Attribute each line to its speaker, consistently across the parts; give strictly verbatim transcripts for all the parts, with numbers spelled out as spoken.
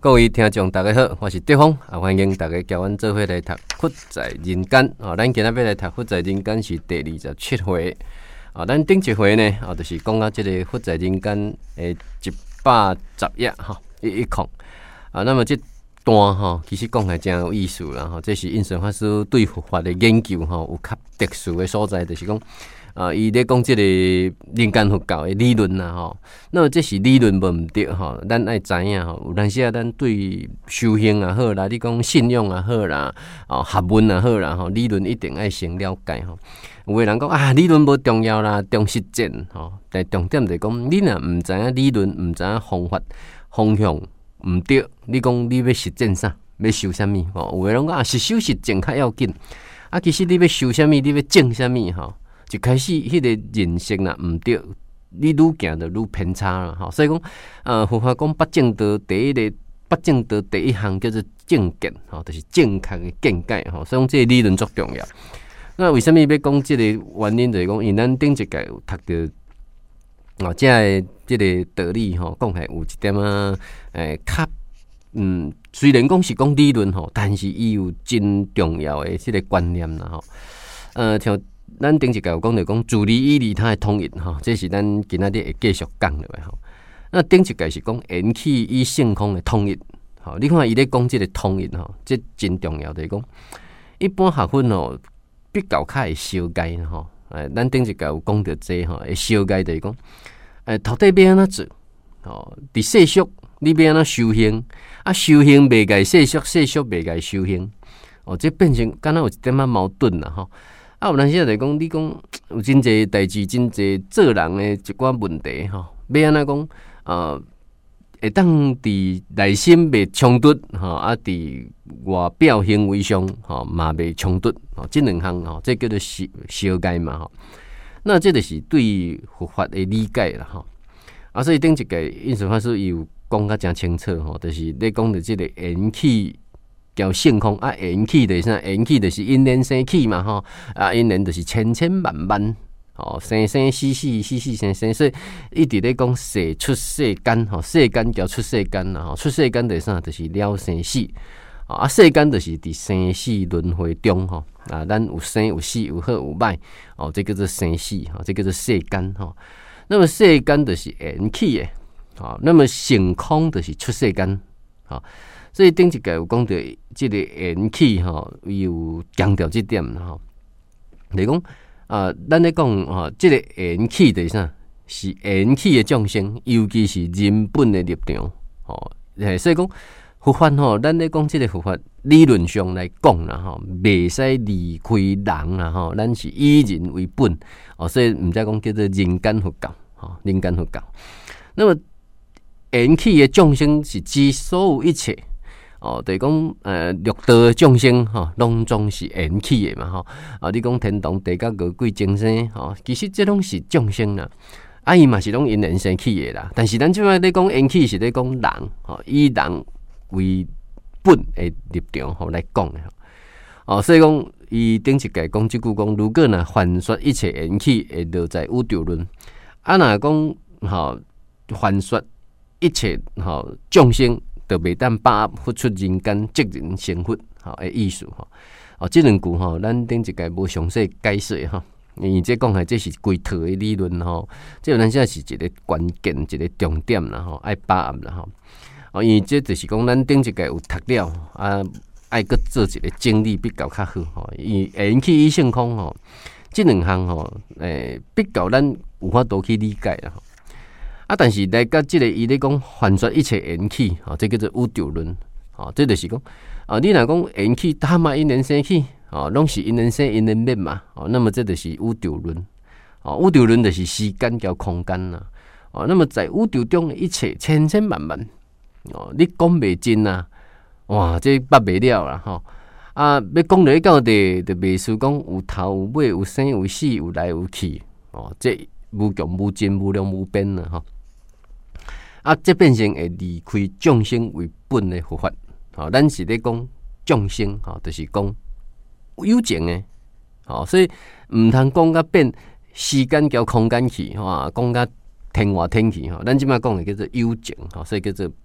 Speaker 1: 各位听众大家好，我是德峰啊，欢迎大家交阮做伙来读《佛在人间》啊。咱今仔要来读《佛在人间》是第二十七回啊。咱顶一回呢啊，就是讲到这个《佛在人间》诶一百十页哈一一空啊。那么这段哈其实讲来真有意思啦哈，这是印顺法师对佛法的研究哈有较特殊的所在，就是讲。啊，伊咧讲即个人间佛教的理论啦，吼，那么这是理论无毋对吼，咱爱知影吼。有当时啊，咱对修行也好啦，你讲信仰也好啦，哦，学问也好啦，吼，理论一定爱先了解吼。有个人讲啊，理论无重要啦，重实践吼。但重点就是讲，你若毋知影理论，毋知影方法方向毋对，你讲你要实践啥，要修啥物吼？有个人讲啊，实修实践较要紧。啊，其实你要修啥物，你要证啥物吼？一开始迄个认识啦毋对，你愈行就愈偏差啦吼。所以讲，呃，佛法讲八正道第一个八正道第一项叫做正见吼，就是正确的见解吼。所以讲，这个理论足重要。那为什么要讲这个原因？就是讲，因咱顶一届有读到哦，这个这个道理吼，讲起有一点啊，诶，较嗯，虽然讲是讲理论吼，但是伊有真重要的这个观念啦吼。呃，像。咱顶一届有讲着讲自利与利他的统一吼，这是咱今仔日会继续讲落来吼。那顶一届是讲缘起与性空的统一，吼，你看伊咧讲这个统一吼，这真重要。就是讲一般学问吼比较较会相解吼，诶，咱顶一届有讲着这吼，会相解就是讲，诶，到底要安怎做？吼，伫世俗你要安怎修行？啊，修行袂解世俗，世俗袂解修行，哦，这变成敢若有一点仔矛盾啦吼。啊，有当时就讲，你讲有真侪代志，真侪做人的一寡问题吼，要安怎讲？呃，会当伫内心袂冲突吼，啊，伫外表行为上吼嘛袂冲突吼，这两项吼，这叫做小小解嘛吼。那这就是对佛法的理解啦吼。啊，所以顶一个印顺法师伊有讲甲真清楚吼，就是咧讲着这个缘起。叫性空啊，缘起就是啥？缘起就是因缘生起嘛，吼啊，因缘就是千千万万，吼生生死死，死死生生，所以一直咧讲世出世间，吼世间叫出世间啦，吼出世间就是啥？就是了生死，啊世间就是伫生死轮回中，吼啊，咱有生有死，有好有歹，哦，这叫做生死，吼这叫做世间，吼。那么世间就是缘起的，好，那么性空就是出世间，好。所以顶一届有讲到即个缘起吼，有强调即点吼。你讲啊，咱咧讲吼，即个缘起就是啥？是缘起的众生，尤其是人本的立场吼。所以讲佛法吼，咱咧讲即个佛法理论上来讲啦吼，袂使离开人啦吼。咱是以人为本哦，所以毋则讲叫做人间佛教吼，人间佛教。那么缘起的众生是指所有一切。哦，就是讲，呃，六道的众生吼，拢总是缘起的嘛吼。啊，你讲天堂、地狱、恶鬼、精神吼，其实这拢是众生啦。啊，伊嘛是拢因缘生起的啦。但是咱即摆咧讲缘起是咧讲人吼，以人为本的立场吼来讲的吼。哦，所以讲伊顶一届讲即句讲，如果若凡说一切缘起，会落在宇宙论。啊，若讲吼凡说一切吼众生。就袂当把握付出人间责任生活吼的意思吼，哦，这两句吼，咱顶一届无详细解释吼，因为这讲的这是规套的理论吼，这有当时是一个关键、一个重点啦吼，爱把握啦吼。哦，因为这就是讲咱顶一届有读了啊，爱搁做一个整理比较较好吼。因为缘起与性空吼，这两项吼，诶，比较咱有法度去理解啦吼。啊，但是来甲即个伊咧讲凡说一切缘起，吼，这叫做宇宙论，吼，这就是讲啊，你若讲缘起，他嘛因缘生起，哦，拢是因缘生因缘灭嘛，哦，那么这就是宇宙论，哦，宇宙论就是时间交空间啦，哦，那么在宇宙中的一切千千万万，哦，你讲袂尽啊，哇，这捌袂了啦，吼，啊，要讲落到底，就袂输讲有头有尾，有生有死，有来有去，哦，这无穷无尽，无量无边啦，吼。啊，这变成会离开众生为本的佛法，吼、哦，咱是咧讲众生，吼、哦，就是讲有情的，吼、哦，所以毋通讲甲变时间交空间去，吼、哦，讲甲天外天去，吼、哦，咱即摆讲的叫做有情，吼、哦，所以叫做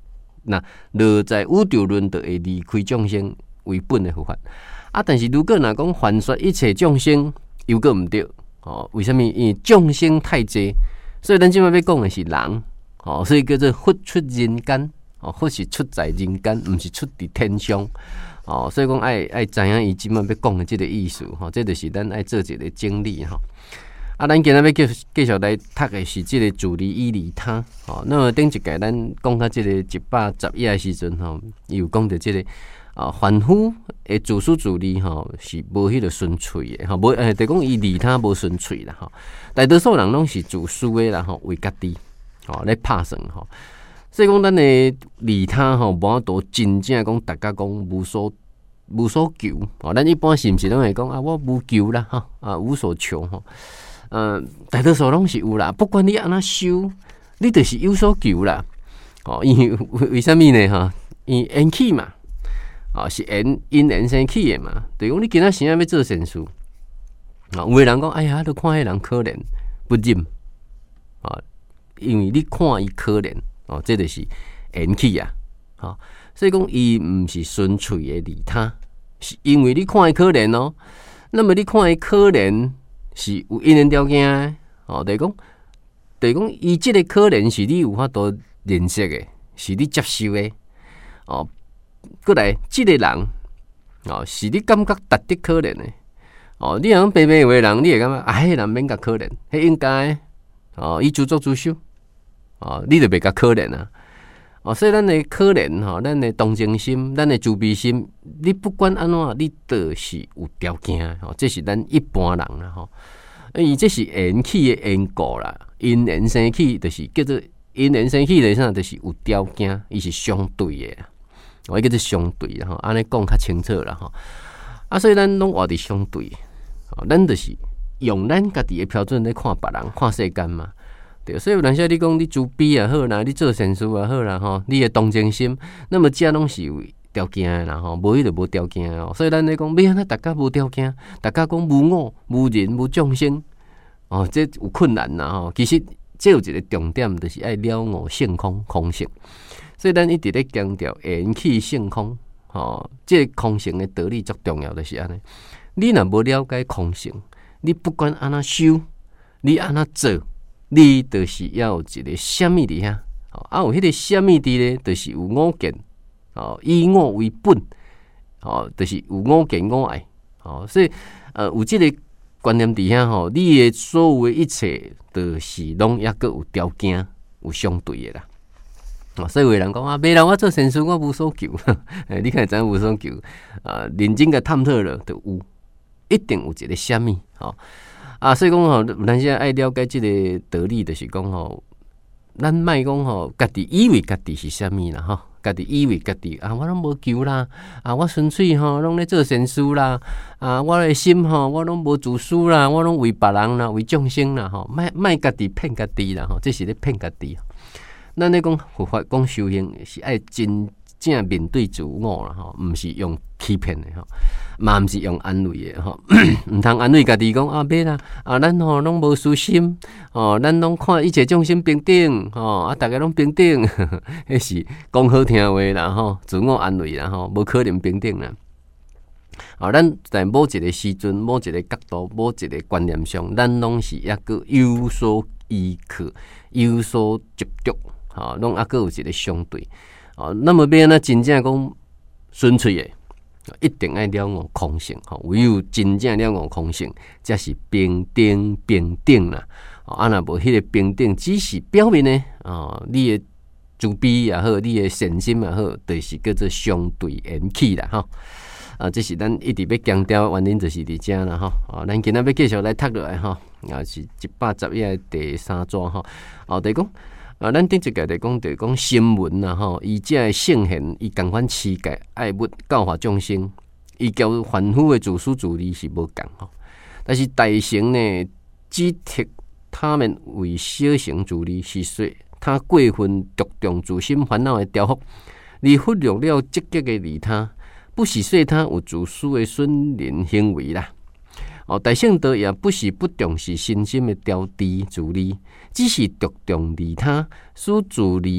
Speaker 1: 那落在宇宙论就会离开众生为本的佛法啊。但是如果若讲凡说一切众生，又个毋对哦。为什么？因为众生太济，所以咱即摆要讲的是人哦，所以叫做佛出人间哦，佛是出在人间，毋是出伫天上哦。所以讲爱爱知影伊即摆要讲的即个意思吼，这就是咱爱做一个整理吼。啊，咱今仔要继继续来读的是即个自利以利他哦。那么顶一届咱讲到即个一百十一的时阵吼，又讲到即个啊凡夫的自私自利吼是无迄个顺遂的吼，无诶，就讲伊利他无顺遂啦吼。大多数人拢是自私的啦吼，为家己吼来拍算吼。所以讲咱的利他吼，无法度真正讲大家讲无所无所求哦。咱一般是毋是拢会讲啊，我无求啦吼，啊无所求吼。呃，大多数拢是有啦，不管你安怎修，你就是有所求啦。哦，因为为什么呢？哈，因为缘起嘛，哦是缘因缘生起的嘛。对讲你今仔时要做善事，啊，有的人讲，哎呀，都看迄人可怜不忍，啊，因为你看伊可怜，哦，这就是缘起啊。好，所以讲伊毋是纯粹的利他，是因为你看伊可怜哦。那么你看伊可怜。是有因缘条件的，哦，就是讲，就是讲，伊即个可能是你有法度认识的，是你接受的，哦，过来，即、這個人，哦，是你感觉值得可怜的，哦，你若平平的人，你會感覺啊，迄人免甲可憐，迄應該，哦，伊自作自受，哦，你就袂甲可憐啊，哦，所以咱的可憐，吼、哦，咱的同情心，咱的慈悲心，你不管安怎，你都是有條件，吼、哦，這是咱一般人啦，吼、哦。伊这是缘起的因果啦，因缘生起就是叫做因缘生起的啥，就是有条件，伊是相对的，我叫做相对啦吼，安尼讲较清楚啦吼。啊，所以咱拢活伫相对，咱就是用咱家己的标准来看别人、看世间嘛。对，所以有阵时你讲你自卑也好啦，你做善事也好啦吼，你的同情心，那么这拢是有条件啦吼，无伊就无条件哦。所以咱咧讲，要安怎大家无条件，大家讲无我、无人、无众生，哦，这有困难啦吼。其实这有一个重点，就是爱了悟性空空性。所以咱一直咧强调缘起性空，哦，这个空性的道理最重要的是安尼。你若无了解空性，你不管安怎修，你安怎做，你就是要有一个什么伫遐，啊，有迄个什么伫咧，就是有我见。哦，以我为本，哦，就是有我见我爱，哦，所以呃，有这个观念底下吼，你的所有的一切，就是拢抑个有条件、有相对的啦。哦，所以有人讲啊，袂啦，我做善事，我无所求。诶，你看咱无所求，啊，认真个探讨了，就有一定有一个什么，吼、哦、啊，所以讲吼，咱现在爱了解这个道理，就是讲吼，咱莫讲吼，家己以为家己是什么啦，吼。家己以为家己啊，我拢无求啦，啊，我纯粹吼拢咧做善事啦，啊，我的心吼我拢无自私啦，我拢为别人啦，为众生啦，吼，莫莫家己骗家己啦，吼，这是咧骗家己。咱咧讲佛法讲修行是爱真正面对自我啦，吼，毋是用欺骗的吼，嘛毋是用安慰的吼，毋通安慰家己讲啊，别啦，啊，咱吼拢无私心，哦，咱拢看一切众生平等，吼，啊，大家拢平等，迄是讲好听话啦，吼，自我安慰啦，吼，无可能平等啦。啊，咱在某一个时阵、某一个角度、某一个观念上，咱拢是抑个有所依靠、有所执着，吼，拢抑个有一个相对。哦，那么要安怎真正讲纯粹的，一定爱了悟空性。吼，唯有真正了悟空性，才是平等平等啦。哦，啊，若无迄个平等，只是表面呢，哦，你的慈悲也好，你的善心也好，就是叫做相对缘起啦，吼。啊，这是咱一直要强调原因，就是伫遮啦，吼。哦，咱今仔要继续来读落来，吼，啊是一百十一个第三章，吼。哦，就是讲。啊，咱顶一个就讲，就讲新闻啦吼，伊这个圣贤，伊共款持戒爱物教化众生，伊交凡夫的自私自利是无共吼。但是大乘呢，只剔他们为小乘自利，是说他过分着重自心烦恼的雕刻，而忽略了积极的利他，不是说他有自私的损人行为啦。哦，大乘道也不是不重视身心的调治自利，只是着重利他，使自利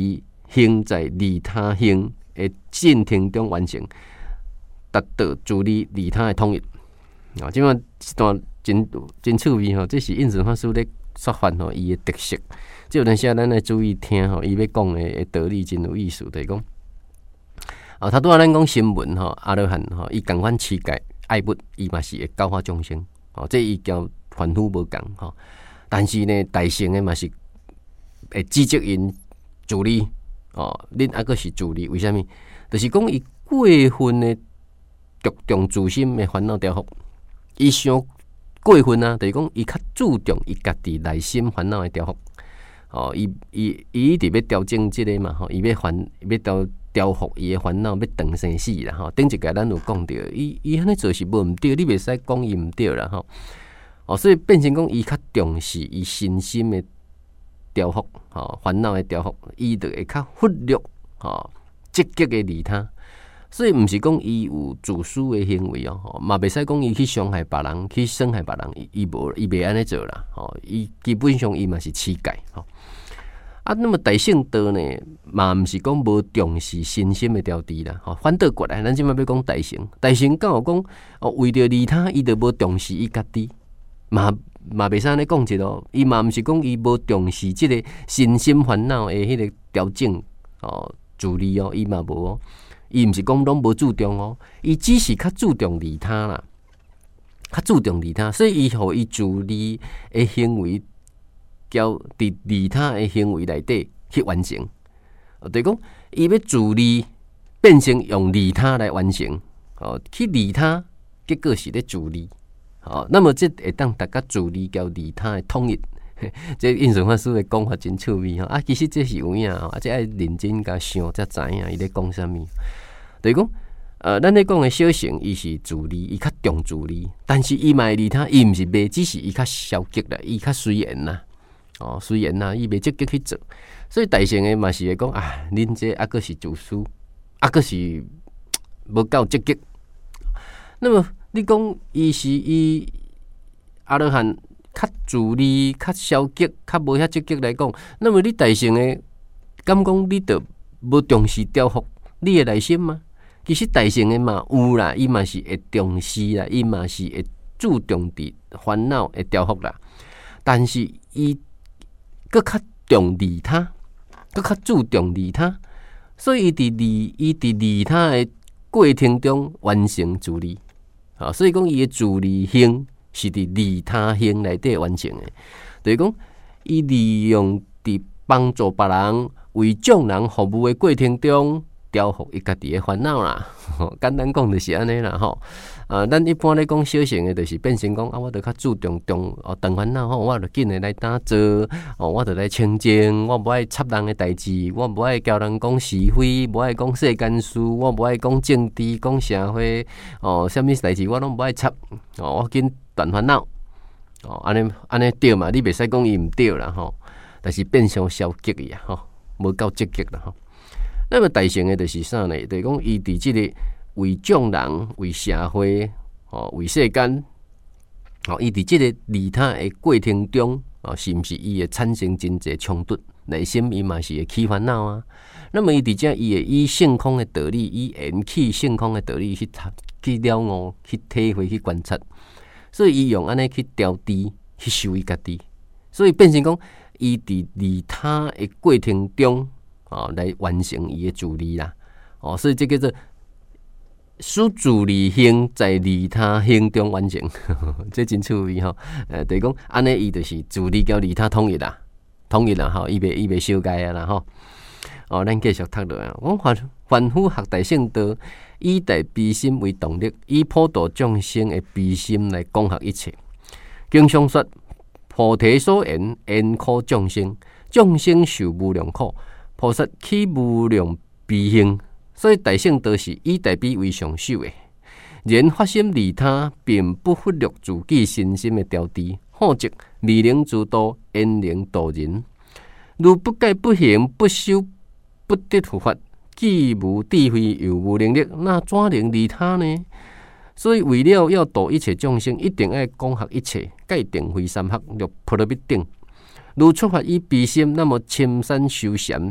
Speaker 1: 行在利他行的进程中完成，达到自利利他的统一。啊，即摆一段真真趣味吼，这是印顺法师咧说法吼，伊的特色。即有阵时咱来注意听吼，伊要讲的道理真有意思，就是讲，啊，他拄仔咱讲新闻吼，阿罗汉吼，伊共款持戒爱物，伊嘛是会教化众生。哦，这伊交凡夫无共吼，但是呢，大乘的嘛是会指责因自利。哦，恁还阁是自利，为虾米？就是讲伊过分的着重自心的烦恼调伏，伊伤过分啊，就是讲伊较注重伊家己内心烦恼的调伏。哦，伊伊伊一直要调整即个嘛，吼，伊要烦，要调调伏伊的烦恼，要断生死啦，吼。顶一个咱有讲到，伊伊安尼做是无毋对，你袂使讲伊毋对啦，吼。哦，所以变成讲伊较重视伊身心的调伏，吼，烦恼的调伏，伊就会较忽略，吼，积极的利他。所以毋是讲伊有自私的行为哦，吼，嘛袂使讲伊去伤害别人，去伤害别人，伊无，伊袂安尼做啦，吼，伊基本上伊嘛是持戒，吼。啊，那么大乘道呢，嘛毋是讲无重视身心的调治啦，吼，反倒过来，咱即摆要讲大乘，大乘敢有讲哦，为着利他，伊就无重视伊家己，嘛嘛袂使安尼讲一咯，伊嘛毋是讲伊无重视即个身心烦恼的迄个调整哦，自利哦，伊嘛无哦，伊毋是讲拢无注重哦，伊只是较注重利他啦，较注重利他，所以伊互伊自利的行为。交伫利他的行为内底去完成，就是讲伊要自利变成用利他来完成，哦，去利他，结果是咧自利，哦，那么这会当大家自利交利他的统一，这印顺法师的讲法真趣味吼，啊，其实这是有影吼，啊，这爱认真甲想才知影伊咧讲啥物，就是讲，呃，咱咧讲的小乘，伊是自利，伊较重自利，但是伊嘛利他，伊毋是袂，只是伊较消极啦，伊较随缘啦。哦，虽然呐，伊袂积极去做，所以大乘的嘛是会讲啊，恁这还阁是自私，还阁是无够积极。那么你讲伊是伊阿罗汉较自利、较消极、较无遐积极来讲，那么你大乘的敢讲你着无重视调伏你的内心吗？其实大乘的嘛有啦，伊嘛是会重视啦，伊嘛是会注重伫烦恼的调伏啦，但是伊搁较重利他，搁较注重利他，所以伊伫利伊伫利他的过程中完成自利，啊，所以讲伊的自利行是伫利他行内底完成的，就是讲伊利用伫帮助别人、为众人服务的过程中，调伏伊家己的烦恼啦。简单讲就是安尼啦，吼。啊，咱一般咧讲小乘的，就是变成讲啊，我着较注重重哦，断烦恼吼，我着紧诶来打坐，哦，我着来清净，我无爱插人诶代志，我无爱交人讲是非，无爱讲世间事，我无爱讲政治、讲社会，哦，啥物代志我拢无爱插，哦，我紧断烦恼，哦，安尼安尼对嘛？你袂使讲伊毋对啦，吼，但是变相消极伊啊，吼，无够积极啦，吼。那么大乘的就是啥呢？就是讲伊伫即个为众人、为社会、哦为世间，哦伊伫即个利他的过程中，哦是毋是伊会产生真侪冲突？内心伊嘛是会起烦恼啊。那么伊伫遮伊会以性空的道理，以缘起性空的道理去去了悟、去体会、去观察，所以伊用安尼去调治、去修伊家己，所以变成讲伊伫利他的过程中。哦，来完成伊的自利啦，哦，所以这叫做使自利行在利他行中完成，这真趣味吼。呃，就是讲安尼，伊就是自利交利他统一啦，统一啦，吼，伊袂伊袂修改啊啦，吼。哦，咱继续读落啊，讲凡凡夫学大乘道，以大悲心为动力，以普度众生的悲心来攻学一切。经上说，菩提所言，言苦众生，众生受无量苦。菩萨起无量悲心，所以大乘道是以大悲为上首的。然发心利他，并不忽略自己身心的调治，好则未能自度，焉能度人？如不戒不行不修，不得护法，既无智慧又无能力，那怎能利他呢？所以为了要度一切众生，一定要讲学一切，戒定慧三学，入菩提必定。如出发以悲心，那么深山修禅。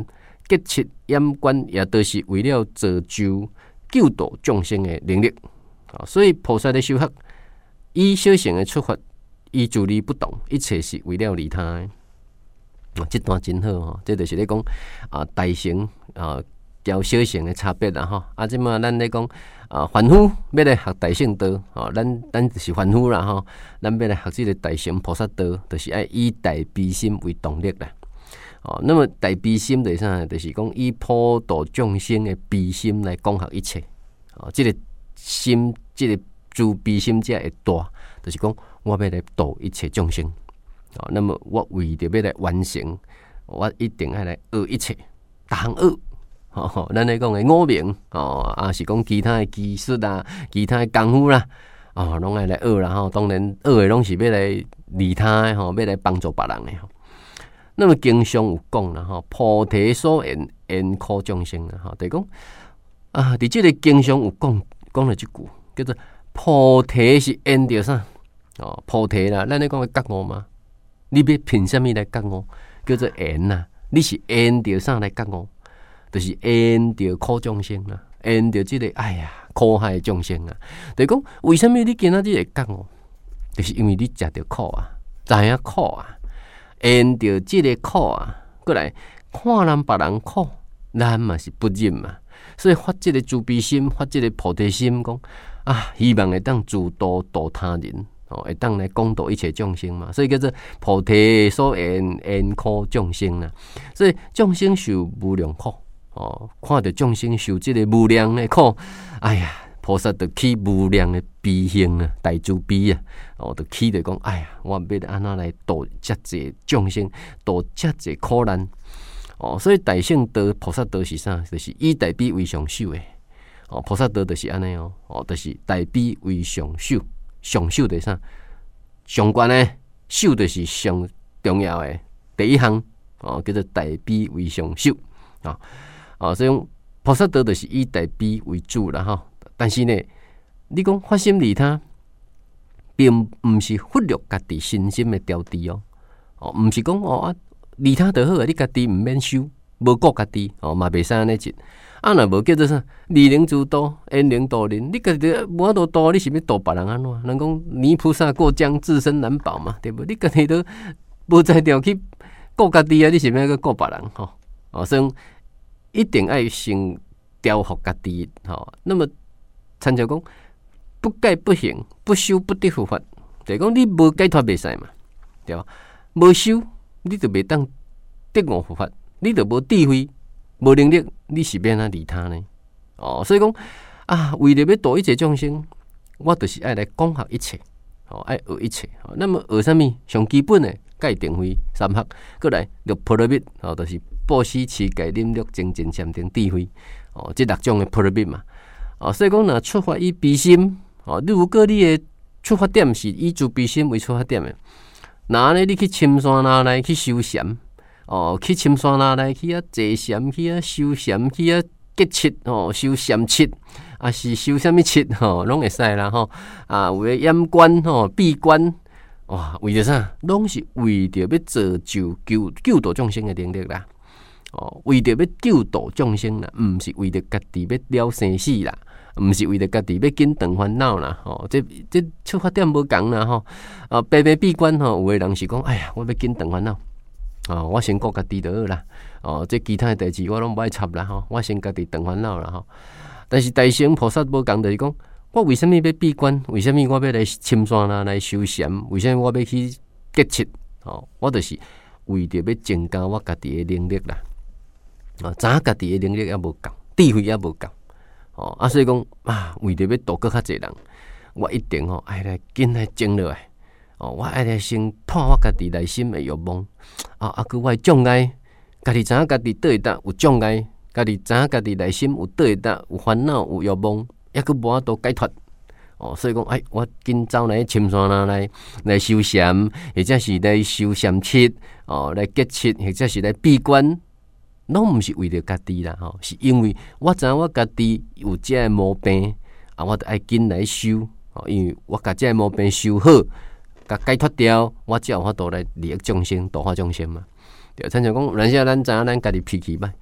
Speaker 1: 结切掩观，也都是为了造就救度众生的能力。啊，所以菩萨的修学，以小乘的出发，以自利不动，一切是为了利他的。啊，这段真好吼，这就是咧讲啊，大乘啊，交小乘的差别啦吼。啊，即嘛咱咧讲啊，凡夫要来学大乘道，吼，咱咱就是凡夫啦吼。咱要来学这个大乘菩萨道，就是爱以大悲心为动力啦。哦，那么大悲心就是啥？就是讲以普度众生的悲心来讲学一切。哦，这个心，这个自悲心才会大，就是讲我要来度一切众生。哦，那么我为着要来完成，我一定要来学一切，逐项学。哦，咱来讲的五明，哦，啊是讲其他的技术啊，其他的功夫啦，哦，拢爱来学啦吼。当然学的拢是要来利他的吼，要来帮助别人的吼。那么经上有讲啦吼，菩提所言，严苦众生啦吼，就是讲啊，伫即个经上有讲讲了一句，叫做菩提是缘着啥？哦，菩提啦，咱咧讲的觉悟嘛，你要凭什么来觉悟？叫做缘呐，你是缘着啥来觉悟？就是缘着苦众生啦，缘着即个哎呀苦害众生啊。就是讲，为什么你今仔日会觉悟？就是因为你食着苦啊，知影苦啊。缘着即个苦啊，过来看人别人苦，咱嘛是不忍嘛，所以发即个慈悲心，发即个菩提心，讲啊，希望会当自度度他人，哦，会当来广度一切众生嘛，所以叫做菩提所言，缘苦众生啦。所以众生受无量苦，哦，看到众生受即个无量的苦，哎呀，菩萨就起无量的悲心啊，大慈悲啊，哦，就起着讲，哎呀，我要安怎来度遮济众生，度遮济苦难，哦，所以大乘道、菩萨道是啥？就是以大悲为上首的，哦，菩萨道就是安尼哦，哦，就是大悲为上首，上首就是啥？上悬的首就是上重要的第一项，哦，叫做大悲为上首啊，哦，所以菩萨道就是以大悲为主啦，哈。但是呢，你讲发心利他，并不是忽略家己身心的调治哦。哦，不是讲哦啊，利他就好啊，你家己唔免修，无顾家己哦，嘛袂使安尼做。啊，若无叫做啥，利人自度，缘人度人。你家己无法度度，你是要度别人安怎？人讲泥菩萨过江，自身难保嘛，对不？你家己都无才调去顾家己啊，你是要去顾别人吼？哦，所以一定爱先调伏家己吼。那么参照讲，不戒不行，不修不得佛法。就是讲你无解脱袂使嘛，对吧？无修，你就袂当得悟佛法，你就无智慧、无能力，你是要安怎利他呢？哦，所以讲啊，为了要度一切众生，我就是爱来讲学一切，哦，爱学一切。哦，那么学什么？上基本的戒定慧三学，过来六波罗蜜，哦，就是布施、持戒、忍辱、精进、禅定、智慧，哦，这六种的波罗蜜嘛。哦，所以讲，若出发以悲心，哦，你如果你的出发点是以自悲心为出发点的，那呢，你去深山那来去修禅，哦，去深山那来去啊坐禅，去啊修禅，去啊结切，哦，修禅切，啊是修什么切，吼，拢会使啦，吼，啊，为了掩观，吼，闭关，哇，为着啥？拢是为着要造就救救度众生的能力啦。哦，为着要救度众生啦，毋是为着家己要了生死啦，毋是为着家己要紧断烦恼啦。吼、哦，这这出发点无共啦吼。啊，白白闭关吼，有诶人是讲，哎呀，我要紧断烦恼，哦，我先顾家己就好啦。哦，这其他诶代志我拢无爱插啦吼，我先家己断烦恼啦吼。但是大乘菩萨无共，就是讲，我为什么要闭关？为什么我要来深山啦来修禅？为什么我要去结切？哦，我就是为着要增加我家己诶能力啦。啊，知影家己诶能力也无够，智慧也无够，哦，啊，所以讲啊，为着要度更较侪人，我一定哦爱来紧来争落来，哦，我爱来先破我家己内心诶欲望，啊，啊，佮我障碍，家己知影家己倒会搭有障碍，家己知影家己内心有倒会搭有烦恼有欲望，抑佮无法度解脱，哦，所以讲，哎，我紧走来深山啦来来修禅，或者是来修禅切，哦，来结切，或者是来闭关。拢毋是为着家己啦，吼，是因为我知影我家己有这个毛病，啊，我得爱紧来修，哦，因为我甲这个毛病修好，甲解脱掉，我才有法度来利益众生、度化众生嘛。对，亲像讲，咱现咱知影咱家己脾气歹，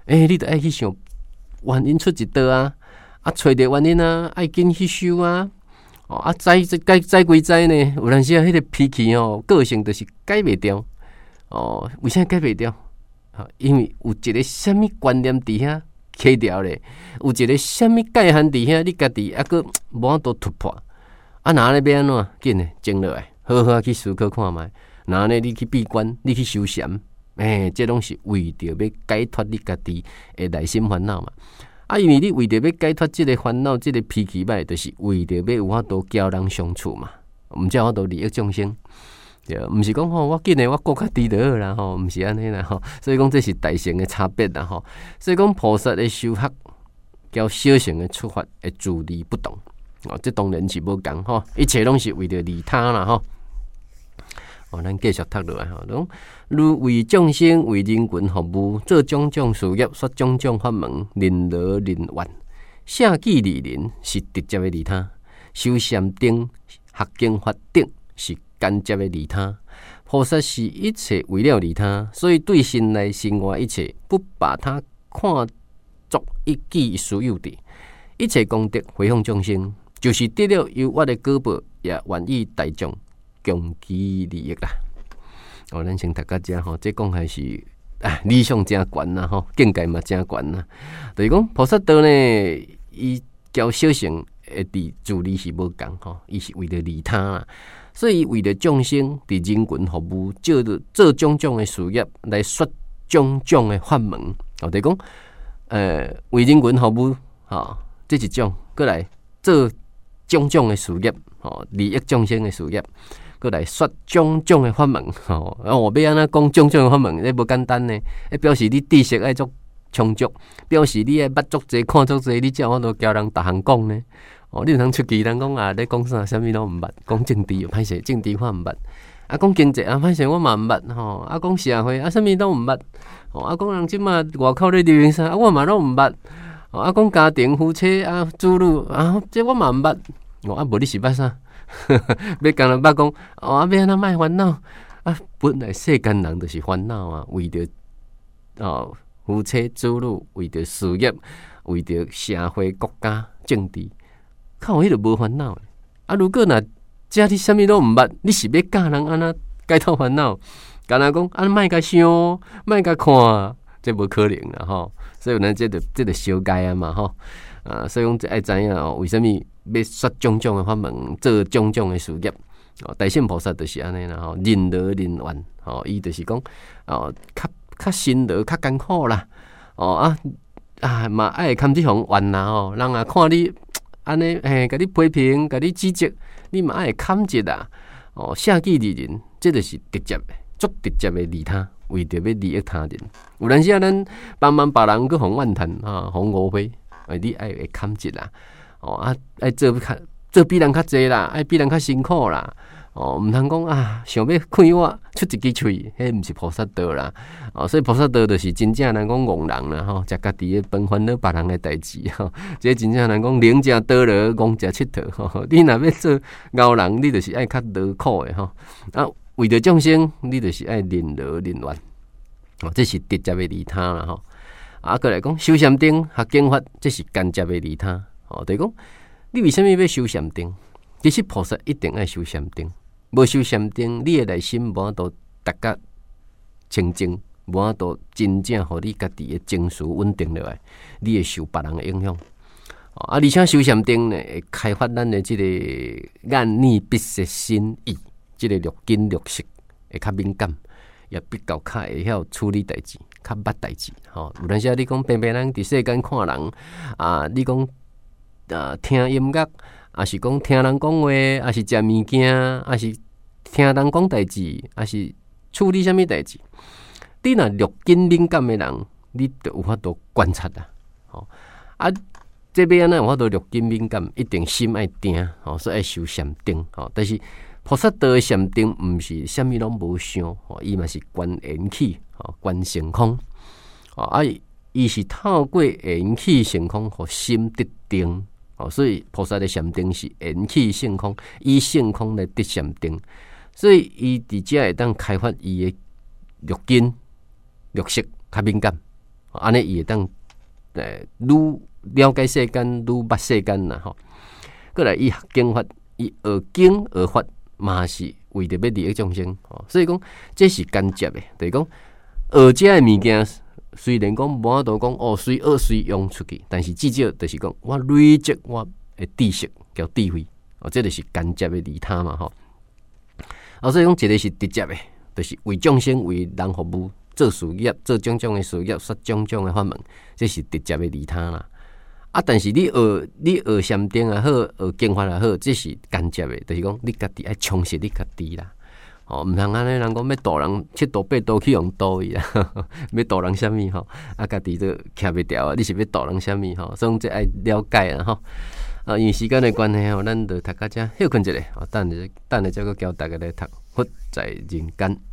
Speaker 1: 诶、欸，你得爱去想原因出一倒啊，啊，找着原因啊，爱紧去修啊。哦啊，栽栽栽归栽呢，有阵时啊，迄个脾气哦，个性就是改袂掉。哦，为啥改袂掉？啊，因为有一个什么观念伫遐起掉咧，有一个什么界限伫遐，你家己还阁无法度突破。啊，那咧要安怎？紧诶，静落来，好好去思考看卖。那呢，你去闭关，你去修禅，诶、欸，这拢是为着要解脱你家己诶内心烦恼嘛。啊，因为你为着要解脱即个烦恼，即、這个脾气歹，就是为着要有法度交人相处嘛，毋才有法度利益众生。对，毋是讲吼，我紧诶，我顾较低就好啦吼，毋是安尼啦吼。所以讲这是大乘诶差别啦吼。所以讲菩萨诶修学，交小乘诶出发诶自利不同。哦，这当然是无共吼，一切拢是为着利他啦吼。哦，咱继续读落来吼，讲如为众生、为人群服务，做种种事业，说种种法门，任劳任怨，舍己利人是直接的利他，修禅定、学经法定是间接的利他。菩萨是一切为了利他，所以对心内生活一切，不把它看作一己私有地，一切功德回向众生，就是得了有我的果报，也愿意大众共其利益啦。哦，咱先读到这吼，这讲还是啊理想真悬呐吼，境界嘛真悬呐。就是讲菩萨道呢，伊交小乘诶，伫自利是无共吼，伊是为了利他啦，所以为了众生伫人群服务，做做种种诶事业来说种种诶法门。哦，就是讲呃为人群服务吼，这一种过来做种种诶事业，吼利益众生诶事业。过来说种种的法门，吼、哦，我要安怎讲种种的法门，那无简单呢。那表示你知识爱足充足，表示你爱捌足济、看足济，你才有法度教人逐项讲呢。哦，你毋通出去人讲啊，你讲啥，啥物拢毋捌，讲政治又歹势，政治法毋捌，啊讲经济啊歹势，我嘛毋捌，吼，啊讲社会啊，啥物拢毋捌，哦，啊讲人即马外口咧流行啥，啊我嘛拢毋捌，哦，啊讲家庭夫妻啊、子女啊，这我嘛毋捌，哦，啊无你是捌啥？要干人捌讲哦，啊要安怎卖烦恼啊？本来世间人就是烦恼啊，为着哦夫妻子女，为着事业，为着社会国家政治，靠迄个无烦恼啊！如果若遮你啥物都毋捌，你是要教人安怎解脱烦恼？干人讲啊，莫甲想，莫甲看，这无可能啦吼！所以咱这个这个小解啊嘛吼啊，所以讲爱知影哦，为什么？要说种种的法门，做种种的事业，哦，大乘菩萨就是安尼啦，吼，任劳任怨，吼，伊就是讲，哦，较较辛劳，较艰苦啦，哦啊啊嘛爱堪这项怨啦，吼，人啊看你安尼，嘿，甲你批评，甲你指责，你嘛爱堪一啦，哦，舍己利人，这就是直接的，足直接的利他，为着要利益他人。有阵时啊，咱帮忙别人去互怨叹啊，互误会，哎，你爱会堪一啦。哦啊，爱做较做比人较济啦，爱比人较辛苦啦。哦，毋通讲啊，想要开我出一支喙，迄毋是菩萨道啦。哦，所以菩萨道就是真正人讲戆人啦，吼，食家己诶饭烦恼别人诶代志，吼，这真正人讲宁食倒落，戆食佚佗，吼。你若要做敖人，你就是爱较劳苦诶，吼。啊，为着众生，你就是爱任劳任怨。哦，这是直接诶利他啦，吼。啊，过来讲修禅定、学经法，这是间接诶利他。哦，就是讲，你为什么要修禅定？其实菩萨一定爱修禅定，无修禅定，你的内心无法度达到清净，无法度真正互你家己的情绪稳定落来，你会受别人的影响。哦、啊，而且修禅定呢，会开发咱的这个眼耳鼻舌身意，这个六根六识会较敏感，也比较较会晓处理代志，较捌代志。吼、哦，有阵时你讲平平人伫世间看人啊，你讲。啊，听音乐，也是讲听人讲话，也是食物件，也是听人讲代志，也是处理什么代志。你若六根敏感的人，你就有法度观察啦。吼、哦、啊，这边安怎有法度六根敏感，一定心爱定，吼、哦，所以爱修禅定。吼、哦，但是菩萨道的禅定，毋是啥物拢无想，吼，伊嘛是观缘起，吼，观成空，吼、哦、啊，伊是透过缘起成空，互心得定。哦，所以菩萨的禅定是缘起性空，以性空来得禅定，所以伊伫遮会当开发伊的六根六识较敏感， 安尼伊会当诶愈了解世间，愈捌世间啦吼。过来伊学经法，伊学经学法嘛是为着要利益众生，所以讲这是间接的，就是讲学遮的物件，虽然讲无法度讲哦，随学随用出去，但是至少就是讲我累积我的知识叫智慧，哦，这就是间接的利他嘛吼。啊，所以讲一个是直接的，就是为众生为人服务，做事业，做种种的事业，说种种的法门，这是直接的利他啦。啊，但是你学你学禅定也好，学经法也好，这是间接的，就是讲你家己爱充实你家己啦。哦，毋通安尼人讲要度人七度八度去用度伊啦，要度人啥物吼？啊，家己都徛袂牢啊！你是要度人啥物吼？所以这爱了解啦吼。啊，因为时间的关系吼，咱就读到这休困一下，哦，等下等下再个教大家来读《佛在人间》。